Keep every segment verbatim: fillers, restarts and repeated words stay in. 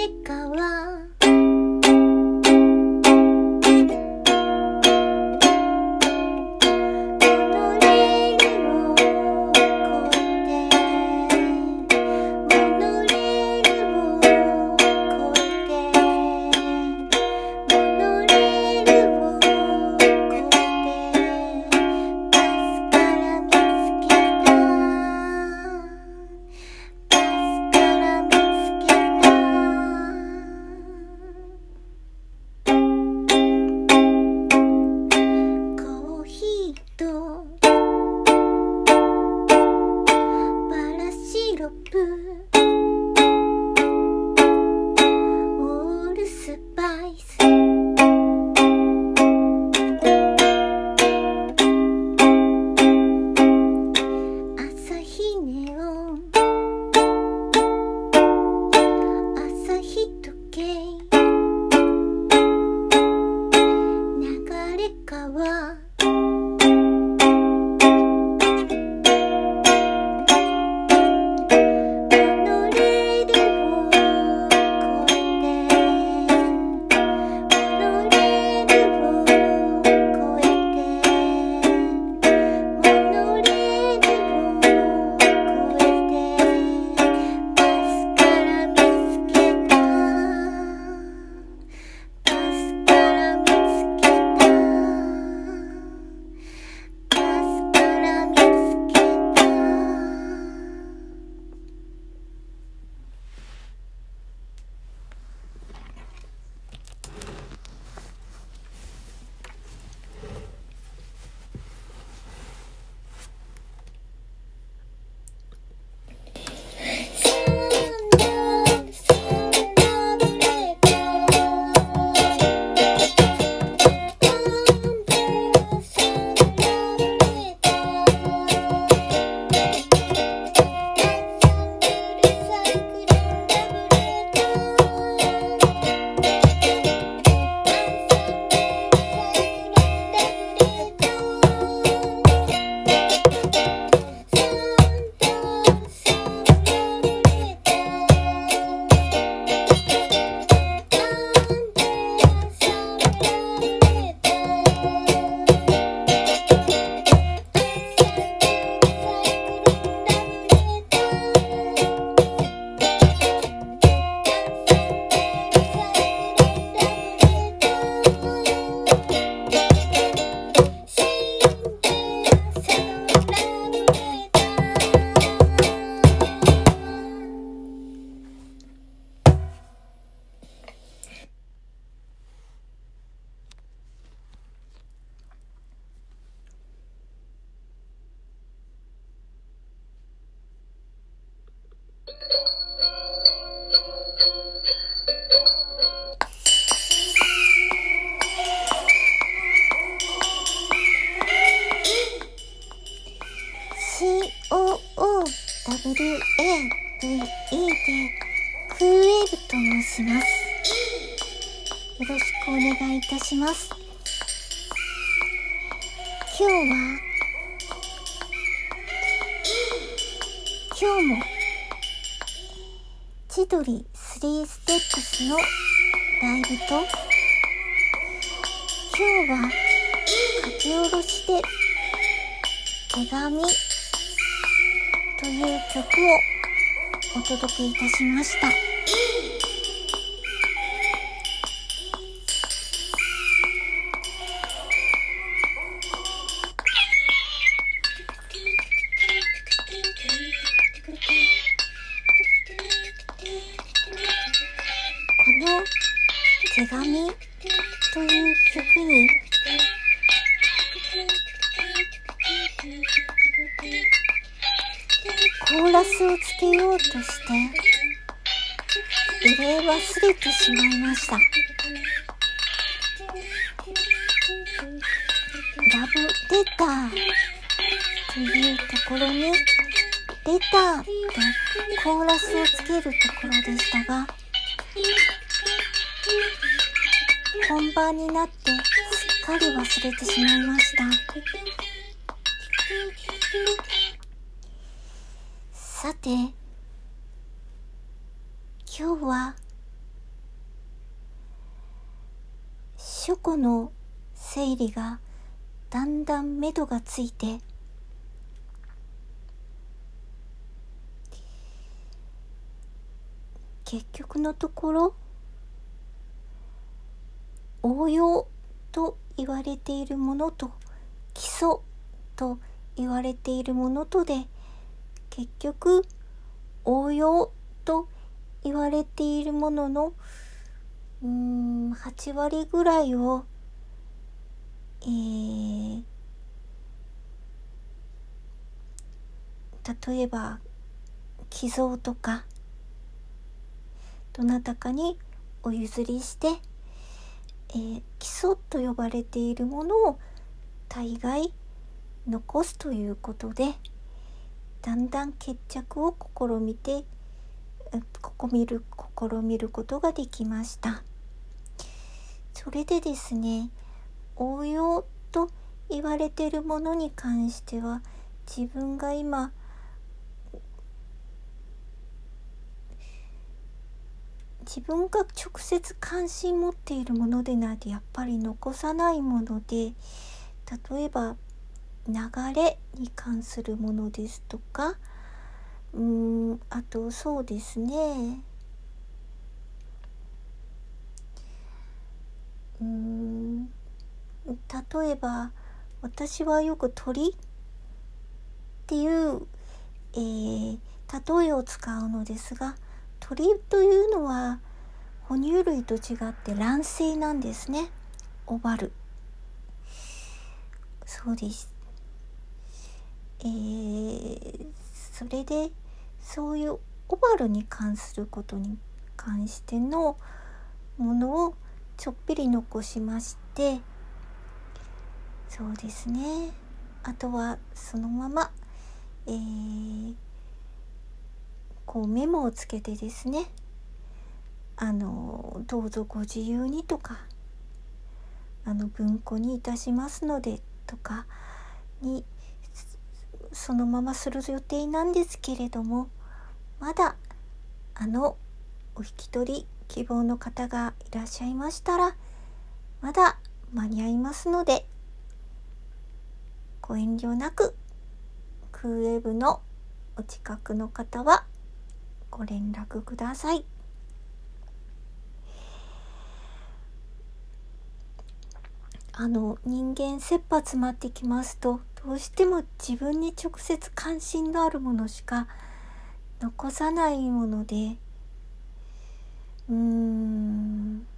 れかはダブリューエーブイイー でクーウェーブと申します。よろしくお願いいたします。今日は今日も千鳥スリーステップスのライブと、今日は書き下ろしで手紙という曲をお届けいたしました。この手紙という曲にコーラスをつけようとして入れ忘れてしまいました。ラブレターというところにレターとコーラスをつけるところでしたが、本番になってすっかり忘れてしまいました。さて、今日は書庫の整理がだんだん目処がついて、結局のところ応用と言われているものと基礎と言われているものとで、結局応用と言われているもののうーんはち割ぐらいを、えー、例えば寄贈とかどなたかにお譲りして、えー、基礎と呼ばれているものを大概残すということで、だんだん決着を試みて試みる試みることができました。それでですね、応用と言われているものに関しては、自分が今自分が直接関心持っているものでないとやっぱり残さないもので、例えば流れに関するものですとか、うーんあとそうですねうーん例えば私はよく鳥っていう、えー、例えを使うのですが、鳥というのは哺乳類と違って卵生なんですね。オバル。そうです。えー、それでそういうオバルに関することに関してのものをちょっぴり残しまして、そうですね、あとはそのまま、えー、こうメモをつけてですね、あのどうぞご自由にとか、あの文庫にいたしますのでとかにそのままする予定なんですけれども、まだあのお引き取り希望の方がいらっしゃいましたら、まだ間に合いますので、ご遠慮なくクーウェブのお近くの方はご連絡ください。あの人間切羽詰まってきますと、どうしても自分に直接関心のあるものしか残さないもので、うーん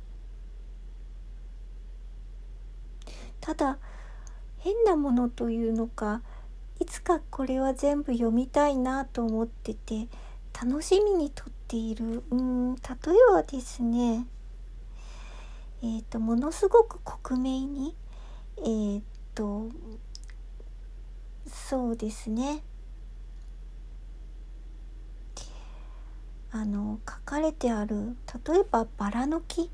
ただ変なものというのか、いつかこれは全部読みたいなと思ってて楽しみにとっている、うーん例えばですね、えーとものすごく克明にえーとそうですねあの書かれてある、例えばバラの木、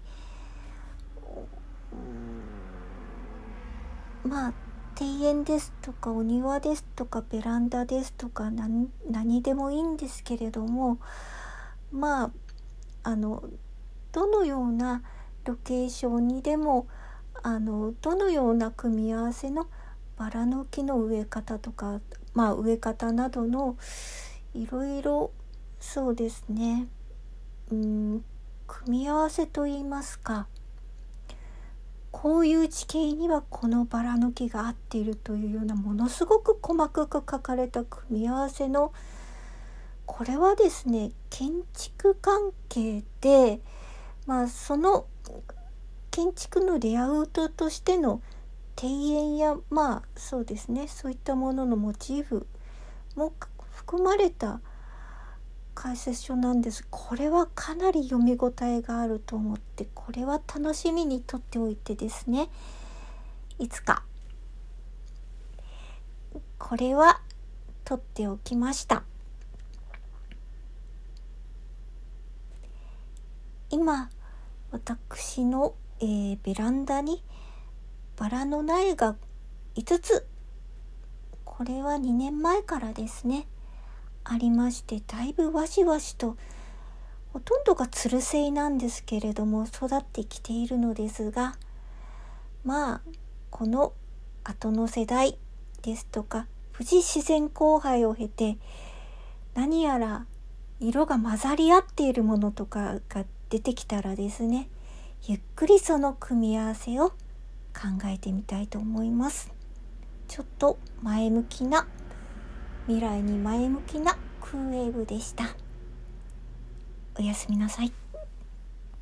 まあ庭園ですとかお庭ですとかベランダですとか 何, 何でもいいんですけれども、まああのどのようなロケーションにでもあのどのような組み合わせのバラの木の植え方とか、まあ植え方などのいろいろそうですね、うーん組み合わせといいますか、こういう地形にはこのバラの木が合っているというようなものすごく細かく書かれた組み合わせの、これはですね建築関係で、まあその建築のレイアウトとしての庭園やまあそうですねそういったもののモチーフも含まれた解説書なんです。これはかなり読み応えがあると思って、これは楽しみにとっておいてですね、いつかこれは取っておきました。今私の、えー、ベランダにバラの苗がいつつ、これはにねんまえからですねありまして、だいぶわしわしと、ほとんどがつる性なんですけれども育ってきているのですが、 まあこの後の世代ですとか富士自然交配を経て何やら色が混ざり合っているものとかが出てきたらですね、ゆっくりその組み合わせを考えてみたいと思います。ちょっと前向きな、未来に前向きなクーウェーブでした。おやすみなさい。